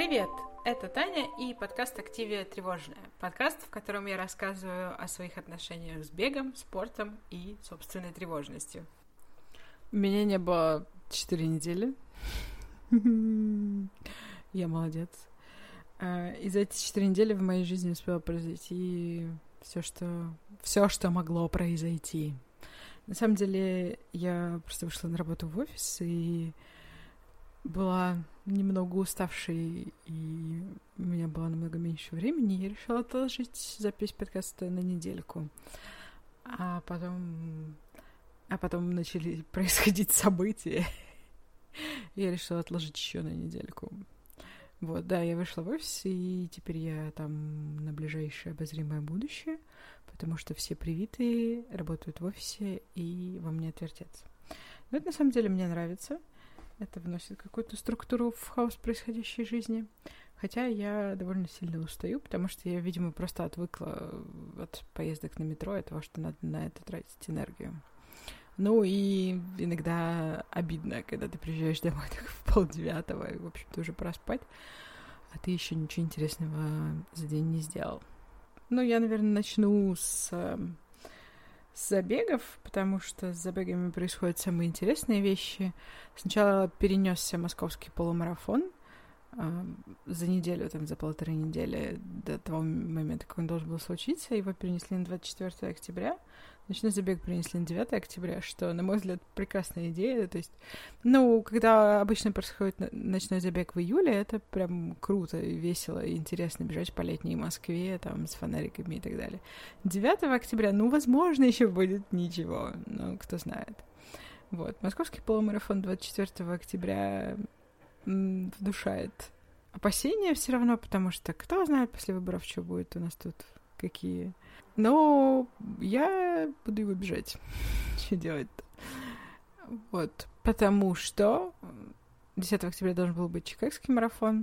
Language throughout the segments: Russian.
Привет! Это Таня и подкаст «Активия тревожная». Подкаст, в котором я рассказываю о своих отношениях с бегом, спортом и собственной тревожностью. Меня не было 4 недели. Я молодец. И за эти 4 недели в моей жизни успело произойти все, что могло произойти. На самом деле, я просто вышла на работу в офис и была немного уставшей, и у меня было намного меньше времени, и я решила отложить запись подкаста на недельку. А потом начали происходить события, и я решила отложить еще на недельку. Вот, да, я вышла в офис, и теперь я там на ближайшее обозримое будущее, потому что все привитые работают в офисе, и во мне отвертеться. Но это на самом деле мне нравится. Это вносит какую-то структуру в хаос происходящей жизни. Хотя я довольно сильно устаю, потому что я, видимо, просто отвыкла от поездок на метро и того, что надо на это тратить энергию. Ну и иногда обидно, когда ты приезжаешь домой так в 8:30, и, в общем-то, уже пора спать, а ты еще ничего интересного за день не сделал. Ну, я, наверное, начну с забегов, потому что с забегами происходят самые интересные вещи. Сначала перенесся московский полумарафон за неделю, за 1,5 недели до того момента, как он должен был случиться. Его перенесли на 24 октября. Ночной забег перенесли на 9 октября, что, на мой взгляд, прекрасная идея. То есть, когда обычно происходит ночной забег в июле, это прям круто и весело и интересно бежать по летней Москве, с фонариками и так далее. 9 октября, возможно, еще будет ничего, но кто знает. Вот. Московский полумарафон 24 октября внушает опасения все равно, потому что кто знает после выборов, что будет у нас тут, какие... Но я буду его бежать. Что делать-то? Вот. Потому что 10 октября должен был быть Чикагский марафон,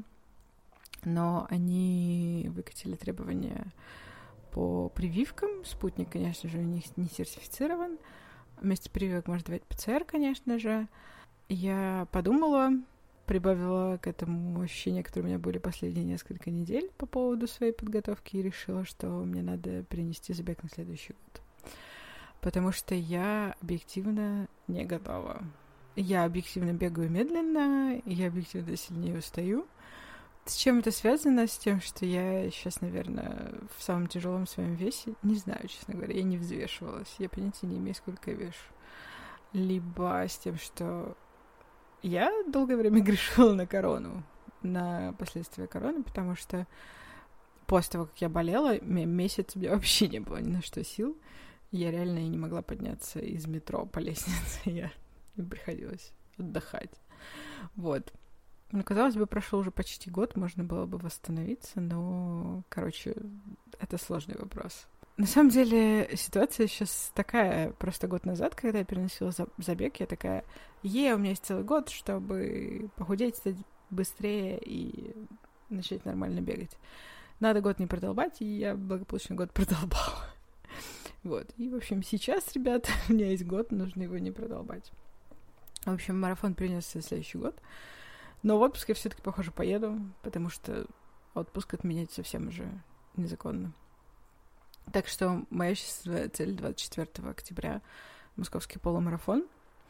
но они выкатили требования по прививкам. Спутник, конечно же, у них не сертифицирован. Вместо прививок может давать ПЦР, конечно же. Я подумала, прибавила к этому ощущения, которые у меня были последние несколько недель по поводу своей подготовки, и решила, что мне надо перенести забег на следующий год. Потому что я объективно не готова. Я объективно бегаю медленно, и я объективно сильнее устаю. С чем это связано? С тем, что я сейчас, наверное, в самом тяжелом своем весе. Не знаю, честно говоря, я не взвешивалась. Я понятия не имею, сколько я вешу. Либо с тем, что я долгое время грешила на корону, на последствия короны, потому что после того, как я болела, месяц у меня вообще не было ни на что сил. Я реально не могла подняться из метро по лестнице. Мне приходилось отдыхать. Вот. Казалось бы, прошел уже почти год, можно было бы восстановиться, но, это сложный вопрос. На самом деле, ситуация сейчас такая. Просто год назад, когда я переносила забег, я такая, у меня есть целый год, чтобы похудеть, стать быстрее и начать нормально бегать. Надо год не продолбать, и я благополучно год продолбала. Вот. И, в общем, сейчас, ребята, у меня есть год, нужно его не продолбать. В общем, марафон принесся следующий год. Но в отпуск я все-таки, похоже, поеду, потому что отпуск отменять совсем уже незаконно. Так что моя счастливая цель 24 октября — московский полумарафон.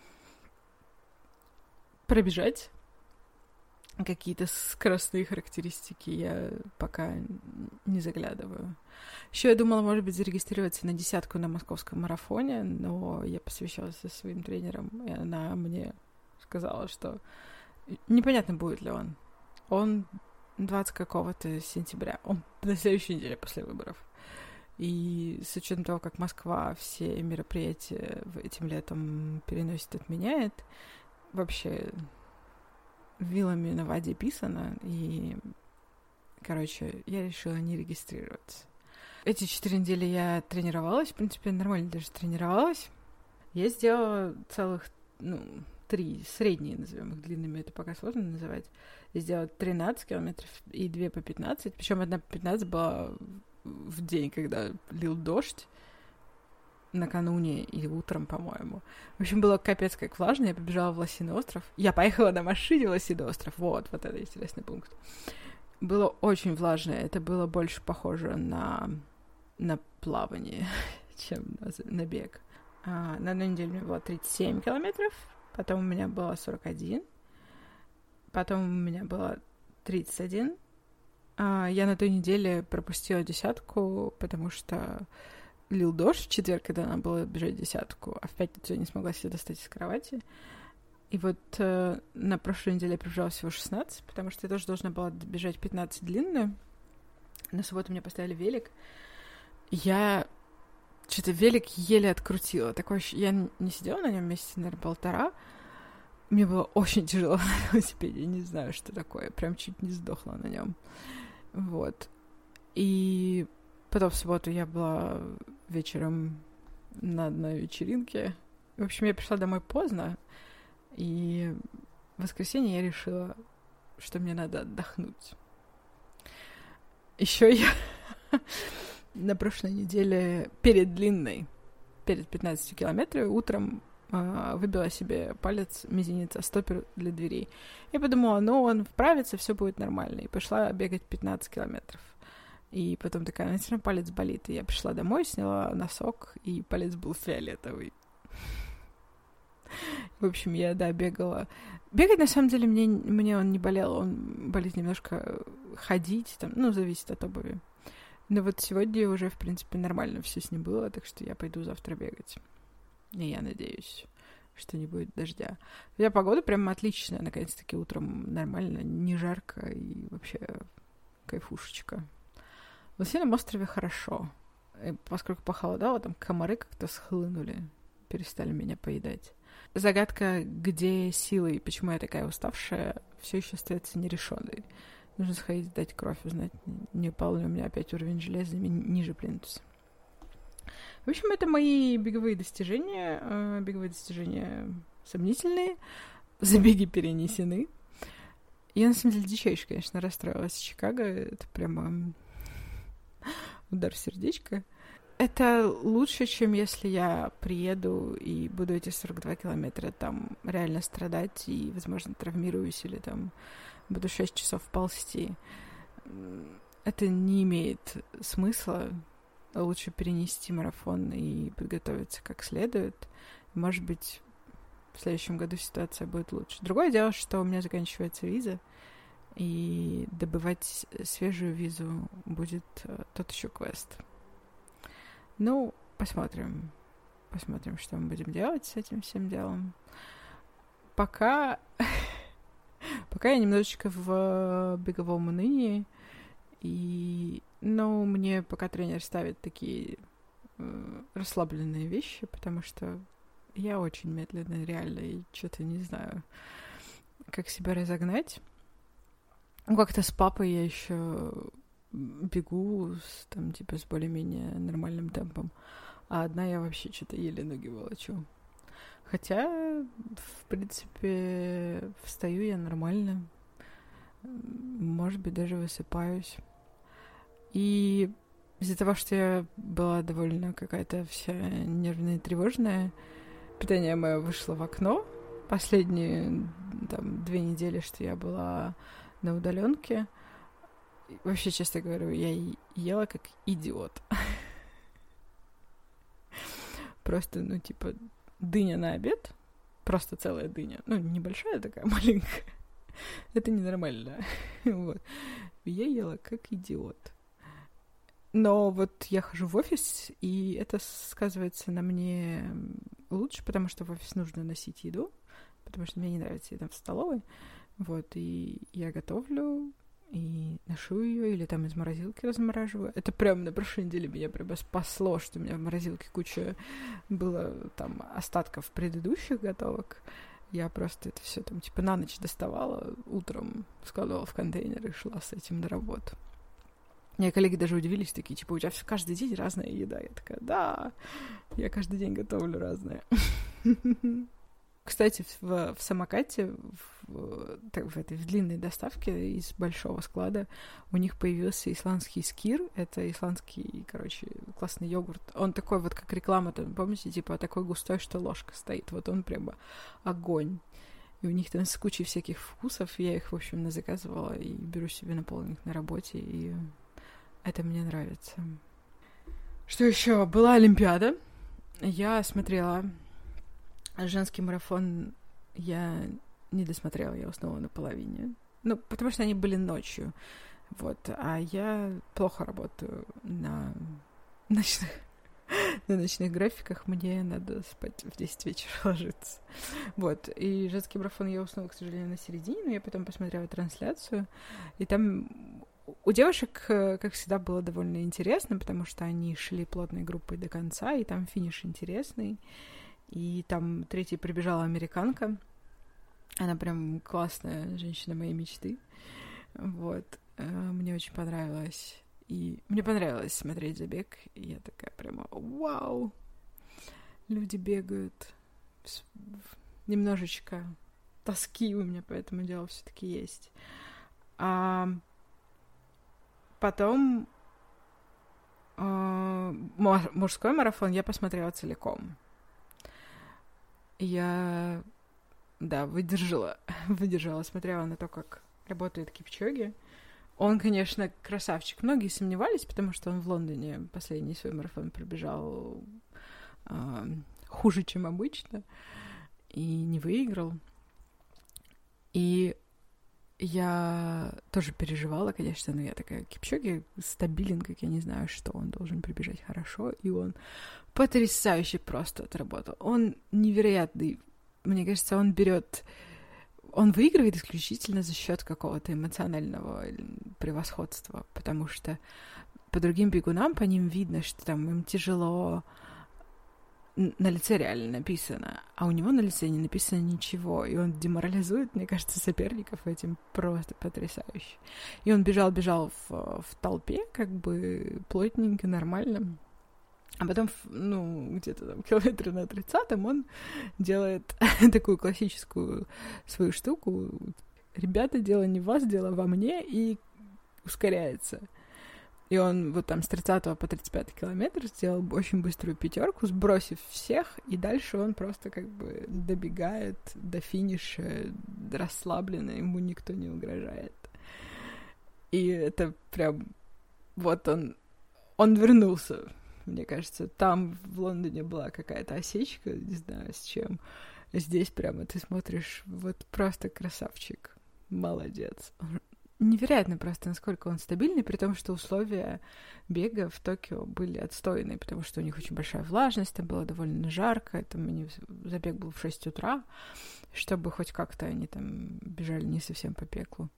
Пробежать. Какие-то скоростные характеристики я пока не заглядываю. Еще я думала, может быть, зарегистрироваться на 10 на московском марафоне, но я посвящалась со своим тренером, и она мне сказала, что непонятно, будет ли он. Он 20 какого-то сентября. Он на следующей неделе после выборов. И с учетом того, как Москва все мероприятия этим летом переносит, отменяет, вообще вилами на воде писано, и, я решила не регистрироваться. Эти 4 недели я тренировалась, в принципе, нормально даже тренировалась. Я сделала целых, 3 средние, назовем их длинными, это пока сложно называть. Я сделала 13 километров и 2 по 15, причем одна по 15 была в день, когда лил дождь, накануне или утром, по-моему. В общем, было капец как влажно, я побежала в Лосиный остров. Я поехала на машине в Лосиный остров. Вот это интересный пункт. Было очень влажно, это было больше похоже на плавание, чем на бег. На одну неделю у меня было 37 километров, потом у меня было 41, потом у меня было 31. Я на той неделе пропустила 10, потому что лил дождь в четверг, когда надо было бежать 10, а в пятницу я не смогла себя достать из кровати. И вот на прошлой неделе я пробежала всего 16, потому что я тоже должна была бежать 15 длинную. На субботу мне поставили велик. Я что-то велик еле открутила. Такое, я не сидела на нем месяца, наверное, 1,5. Мне было очень тяжело на велосипеде. Я не знаю, что такое. Прям чуть не сдохла на нем. Вот. И потом в субботу я была вечером на одной вечеринке. В общем, я пришла домой поздно. И в воскресенье я решила, что мне надо отдохнуть. Еще я на прошлой неделе перед 15 километрами, утром выбила себе палец, мизинец, стопер для дверей. Я подумала, он вправится, все будет нормально. И пошла бегать 15 километров. И потом такая, все равно палец болит. И я пришла домой, сняла носок, и палец был фиолетовый. В общем, я, бегала. Бегать, на самом деле, мне он не болел. Он болит немножко ходить, там, зависит от обуви. Но вот сегодня уже, в принципе, нормально все с ним было, так что я пойду завтра бегать. И я надеюсь, что не будет дождя. Хотя погода прям отличная, наконец-таки утром нормально, не жарко и вообще кайфушечка. В Лосином острове хорошо. И поскольку похолодало, там комары как-то схлынули, перестали меня поедать. Загадка, где силы и почему я такая уставшая, все еще остается нерешенной. Нужно сходить сдать кровь, узнать, не упал ли у меня опять уровень железа ниже плинтуса. В общем, это мои беговые достижения. Беговые достижения сомнительные. Забеги перенесены. Я, на самом деле, дичайше, конечно, расстроилась в Чикаго. Это прямо удар в сердечко. Это лучше, чем если я приеду и буду эти 42 километра там реально страдать и, возможно, травмируюсь или там буду 6 часов ползти. Это не имеет смысла. Лучше перенести марафон и подготовиться как следует. Может быть, в следующем году ситуация будет лучше. Другое дело, что у меня заканчивается виза, и добывать свежую визу будет тот еще квест. Посмотрим. Посмотрим, что мы будем делать с этим всем делом. Пока я немножечко в беговом унынии. Мне пока тренер ставит такие расслабленные вещи, потому что я очень медленно, реально, и что-то не знаю, как себя разогнать. Как-то с папой я еще бегу с более-менее нормальным темпом, а одна я вообще что-то еле ноги волочу. Хотя, в принципе, встаю я нормально, может быть, даже высыпаюсь. И из-за того, что я была довольно какая-то вся нервная и тревожная, питание мое вышло в окно. Последние 2 недели, что я была на удаленке. Вообще, честно говоря, я ела как идиот. Просто, дыня на обед. Просто целая дыня. Небольшая такая, маленькая. Это ненормально. Вот. Я ела как идиот. Но вот я хожу в офис, и это сказывается на мне лучше, потому что в офис нужно носить еду, потому что мне не нравится еда в столовой. Вот, и я готовлю, и ношу ее, или из морозилки размораживаю. Это прям на прошлой неделе меня прямо спасло, что у меня в морозилке куча было остатков предыдущих готовок. Я просто это все на ночь доставала, утром складывала в контейнер и шла с этим на работу. Мои коллеги даже удивились, такие, у тебя каждый день разная еда. Я такая, да, я каждый день готовлю разное. Кстати, в самокате, в длинной доставке из большого склада у них появился исландский скир. Это исландский, классный йогурт. Он такой как реклама, помните, такой густой, что ложка стоит. Вот он прямо огонь. И, И у них там с кучей всяких вкусов. Я их, в общем, заказывала и беру себе на полдник на работе. И это мне нравится. Что еще? Была Олимпиада. Я смотрела женский марафон. Я не досмотрела, я уснула на половине. Ну, потому что они были ночью. Вот. А я плохо работаю на ночных графиках. Мне надо спать в 10 вечера ложиться. Вот. И женский марафон я уснула, к сожалению, на середине, но я потом посмотрела трансляцию. И там у девушек, как всегда, было довольно интересно, потому что они шли плотной группой до конца, и там финиш интересный. И там третьей прибежала американка. Она прям классная женщина моей мечты. Вот. Мне очень понравилось. И мне понравилось смотреть забег. И я такая прямо вау! Люди бегают. Немножечко тоски у меня по этому делу все-таки есть. А потом мужской марафон я посмотрела целиком. Я, выдержала, смотрела на то, как работает Кипчоги. Он, конечно, красавчик. Многие сомневались, потому что он в Лондоне последний свой марафон пробежал хуже, чем обычно, и не выиграл. И я тоже переживала, конечно, но я такая, Кипчоги стабилен, как я не знаю, что он должен прибежать хорошо, и он потрясающе просто отработал. Он невероятный. Мне кажется, он выигрывает исключительно за счет какого-то эмоционального превосходства, потому что по другим бегунам, по ним видно, что там им тяжело, на лице реально написано, а у него на лице не написано ничего, и он деморализует, мне кажется, соперников этим просто потрясающе. И он бежал в толпе, как бы плотненько, нормально. А потом, где-то там километре на 30-м он делает такую классическую свою штуку. Ребята, дело не в вас, дело во мне, и ускоряется. И он вот там с 30 по 35 километр сделал очень быструю пятерку, сбросив всех, и дальше он просто как бы добегает до финиша расслабленно, ему никто не угрожает. И это прям... Вот он вернулся. Мне кажется, там в Лондоне была какая-то осечка, не знаю с чем. Здесь прямо ты смотришь, вот просто красавчик, молодец. Невероятно просто, насколько он стабильный, при том, что условия бега в Токио были отстойные, потому что у них очень большая влажность, там было довольно жарко, там забег был в 6 утра, чтобы хоть как-то они там бежали не совсем по пеклу.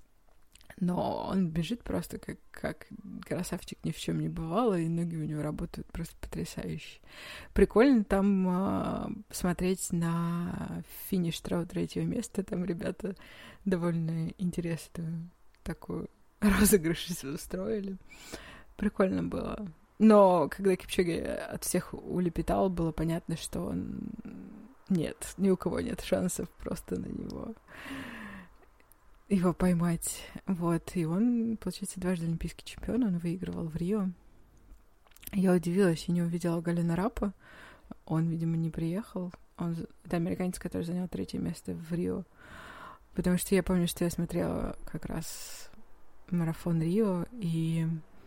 Но он бежит просто как красавчик, ни в чем не бывало, и ноги у него работают просто потрясающе. Прикольно там смотреть на финиш второго, третьего места. Там ребята довольно интересную такую розыгрыш устроили. Прикольно было. Но когда Кипчоги от всех улепетал, было понятно, что он... Нет, ни у кого нет шансов просто на него его поймать. Вот. И он, получается, дважды олимпийский чемпион. Он выигрывал в Рио. Я удивилась, я не увидела Галина Рапа. Он, видимо, не приехал. Это американец, который занял 3-е место в Рио. Потому что я помню, что я смотрела как раз марафон Рио, и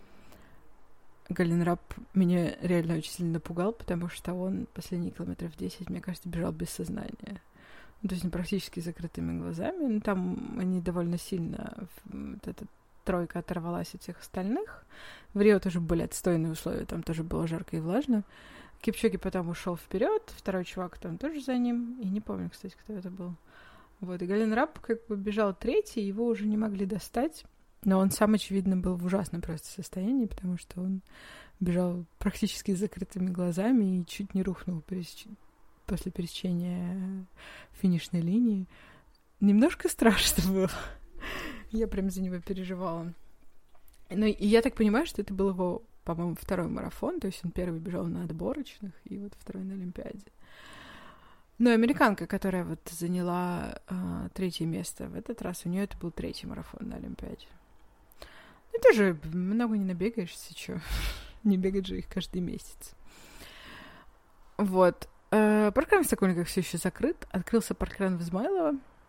Галин Рап меня реально очень сильно напугал, потому что он последние километров 10, мне кажется, бежал без сознания. То есть практически закрытыми глазами. Но там они довольно сильно... Вот эта тройка оторвалась от всех остальных. В Рио тоже были отстойные условия, там тоже было жарко и влажно. Кипчоги потом ушел вперед, второй чувак там тоже за ним. И не помню, кстати, кто это был. Вот. И Галин Рап как бы бежал третий, его уже не могли достать. Но он сам, очевидно, был в ужасном просто состоянии, потому что он бежал практически с закрытыми глазами и чуть не рухнул после пересечения финишной линии. Немножко страшно было. Я прям за него переживала. Ну, и я так понимаю, что это был его, по-моему, второй марафон, то есть он первый бежал на отборочных, и вот второй на Олимпиаде. Но американка, которая вот заняла 3-е место в этот раз, у нее это был 3-й марафон на Олимпиаде. Ну, тоже много не набегаешься, чё. Не бегать же их каждый месяц. Вот. Паркран в Сокольниках все еще закрыт. Открылся паркран в Измайлово.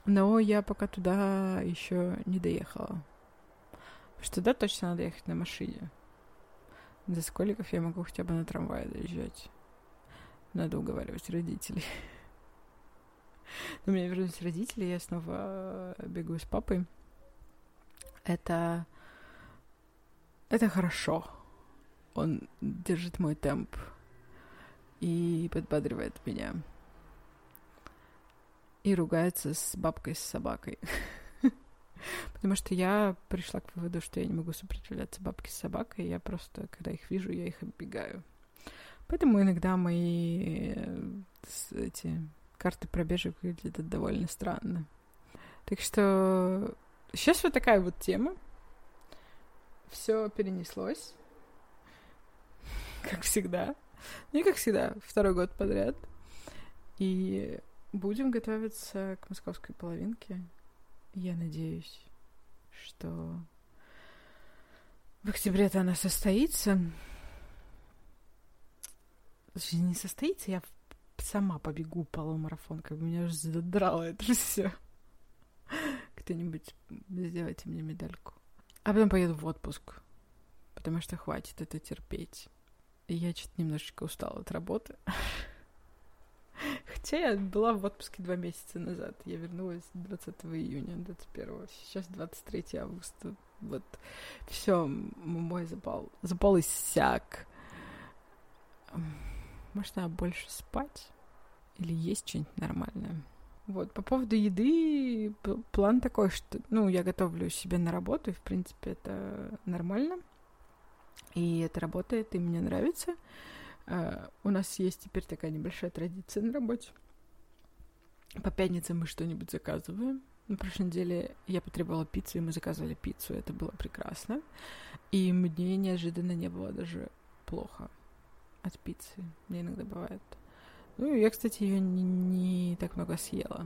Но я пока туда еще не доехала. Потому что туда точно надо ехать на машине. До Сокольников я могу хотя бы на трамвае доезжать. Надо уговаривать родителей. Но у меня вернулись родители, я снова бегаю с папой. Это хорошо. Он держит мой темп и подбадривает меня. И ругается с бабкой, с собакой. Потому что я пришла к выводу, что я не могу сопротивляться бабке с собакой. Я просто, когда их вижу, я их оббегаю. Поэтому иногда мои эти карты пробежек выглядят довольно странно. Так что сейчас вот такая вот тема. Все перенеслось. Как всегда. Ну и как всегда, второй год подряд. И будем готовиться к московской половинке. Я надеюсь, что в октябре-то она состоится. Не состоится, я сама побегу полумарафон, как бы меня уже задрало это все. Кто-нибудь сделайте мне медальку. А потом поеду в отпуск, потому что хватит это терпеть. И я что-то немножечко устала от работы. Хотя я была в отпуске 2 месяца назад. Я вернулась 20 июня, 21. Сейчас 23 августа. Вот все, мой запал иссяк. Может, надо больше спать? Или есть что-нибудь нормальное? Вот, по поводу еды план такой, что, я готовлю себе на работу, и, в принципе, это нормально. И это работает, и мне нравится. У нас есть теперь такая небольшая традиция на работе. По пятницам мы что-нибудь заказываем. На прошлой неделе я потребовала пиццу, и мы заказывали пиццу. Это было прекрасно. И мне неожиданно не было даже плохо от пиццы. Мне иногда бывает. Я, кстати, ее не так много съела.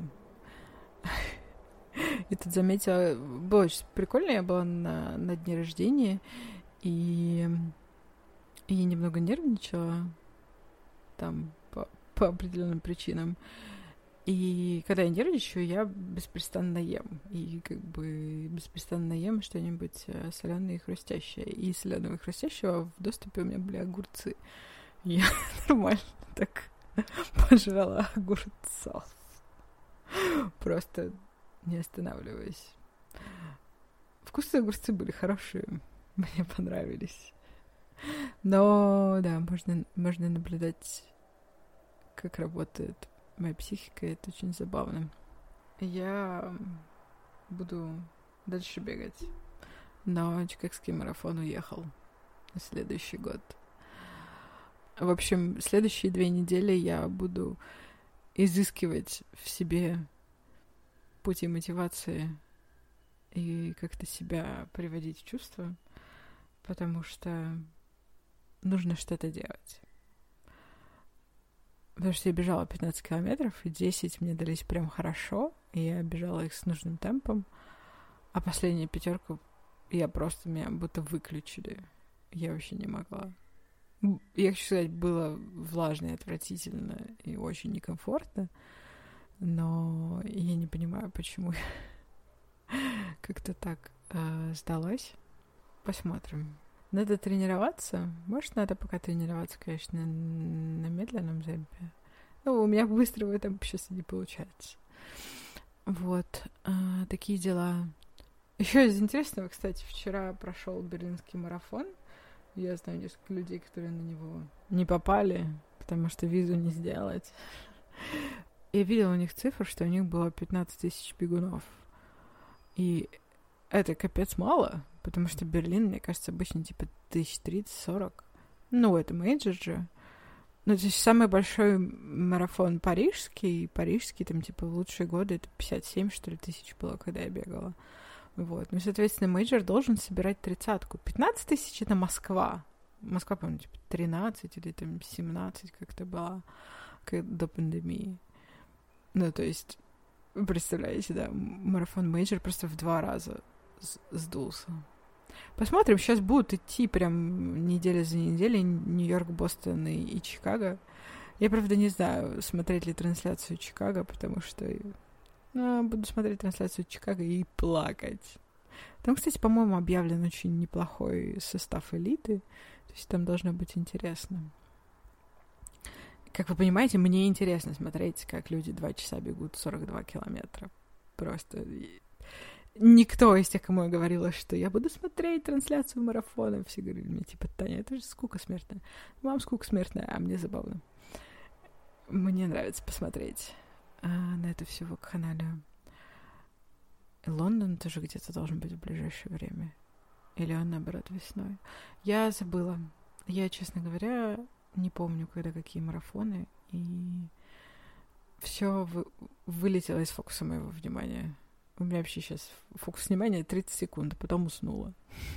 И тут заметила... Было очень прикольно. Я была на дне рождения, и я немного нервничала там по определенным причинам. И когда я нервничаю, я беспрестанно ем. И как бы беспрестанно ем что-нибудь соленое и хрустящее. И соленого и хрустящего в доступе у меня были огурцы. И я нормально так пожрала огурцов. Просто не останавливаясь. Вкусные огурцы были хорошие. Мне понравились. Но, да, можно наблюдать, как работает моя психика, и это очень забавно. Я буду дальше бегать. Но чикагский марафон уехал на следующий год. В общем, следующие 2 недели я буду изыскивать в себе пути мотивации и как-то себя приводить в чувство, потому что нужно что-то делать. Потому что я бежала 15 километров, и 10 мне дались прям хорошо, и я бежала их с нужным темпом, а последняя 5 меня будто выключили. Я вообще не могла. Я хочу сказать, было влажно и отвратительно, и очень некомфортно, но я не понимаю, почему как-то так сдалась. Посмотрим. Надо тренироваться. Может, надо пока тренироваться, конечно, на медленном темпе. У меня быстрого темпа сейчас не получается. Вот. Такие дела. Еще из интересного, кстати, вчера прошел Берлинский марафон. Я знаю несколько людей, которые на него не попали, потому что визу не сделать. Я видела у них цифру, что у них было 15 тысяч бегунов. И это капец мало, потому что Берлин, мне кажется, обычно типа 1030-40. Это мейджор же. То есть самый большой марафон парижский там типа в лучшие годы это 57, что ли, тысяч было, когда я бегала. Вот. Соответственно, мейджор должен собирать 30-ку. 15 тысяч — это Москва. Москва, по-моему, типа 13 или там 17 как-то была до пандемии. То есть, вы представляете, да, марафон мейджор просто в 2 раза сдулся. Посмотрим, сейчас будут идти прям неделя за неделей Нью-Йорк, Бостон и Чикаго. Я, правда, не знаю, смотреть ли трансляцию Чикаго, потому что Буду смотреть трансляцию Чикаго и плакать. Там, кстати, по-моему, объявлен очень неплохой состав элиты. То есть там должно быть интересно. Как вы понимаете, мне интересно смотреть, как люди 2 часа бегут 42 километра. Просто никто из тех, кому я говорила, что я буду смотреть трансляцию марафона, все говорили мне, типа, Таня, это же скука смертная. Вам скука смертная, а мне забавно. Мне нравится посмотреть на эту всю вакханалию. Лондон тоже где-то должен быть в ближайшее время. Или он, наоборот, весной. Я забыла. Я, честно говоря, не помню, когда какие марафоны, и все вылетело из фокуса моего внимания. У меня вообще сейчас фокус внимания 30 секунд, а потом уснула.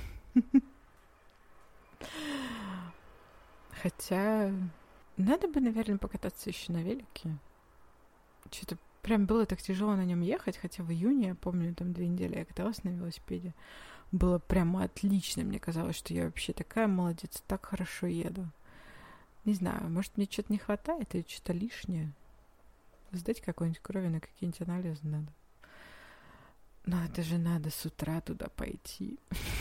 Хотя надо бы, наверное, покататься еще на велике. Что-то прям было так тяжело на нем ехать, хотя в июне, я помню, там 2 недели я каталась на велосипеде. Было прямо отлично. Мне казалось, что я вообще такая молодец, так хорошо еду. Не знаю, может, мне что-то не хватает или что-то лишнее. Сдать какой-нибудь крови на какие-нибудь анализы надо. Но это же надо с утра туда пойти.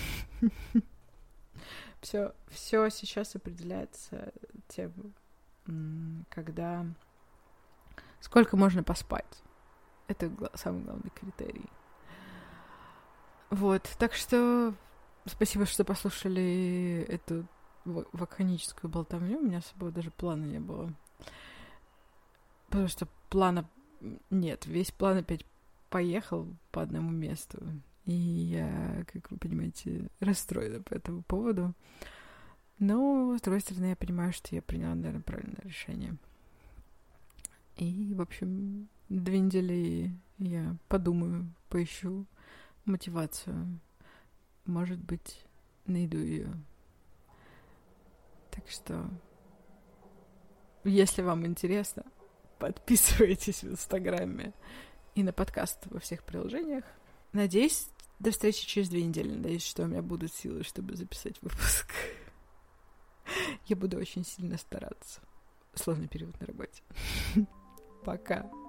Все сейчас определяется тем, когда... Сколько можно поспать. Это самый главный критерий. Вот, так что спасибо, что послушали эту вакханическую болтовню. У меня с собой даже плана не было. Потому что плана нет. Весь план опять поехал по одному месту. И я, как вы понимаете, расстроена по этому поводу. Но, с другой стороны, я понимаю, что я приняла, наверное, правильное решение. И, в общем, 2 недели я подумаю, поищу мотивацию. Может быть, найду ее. Так что, если вам интересно, подписывайтесь в Инстаграме и на подкаст во всех приложениях. Надеюсь, до встречи через 2 недели. Надеюсь, что у меня будут силы, чтобы записать выпуск. Я буду очень сильно стараться. Сложный период на работе. Пока.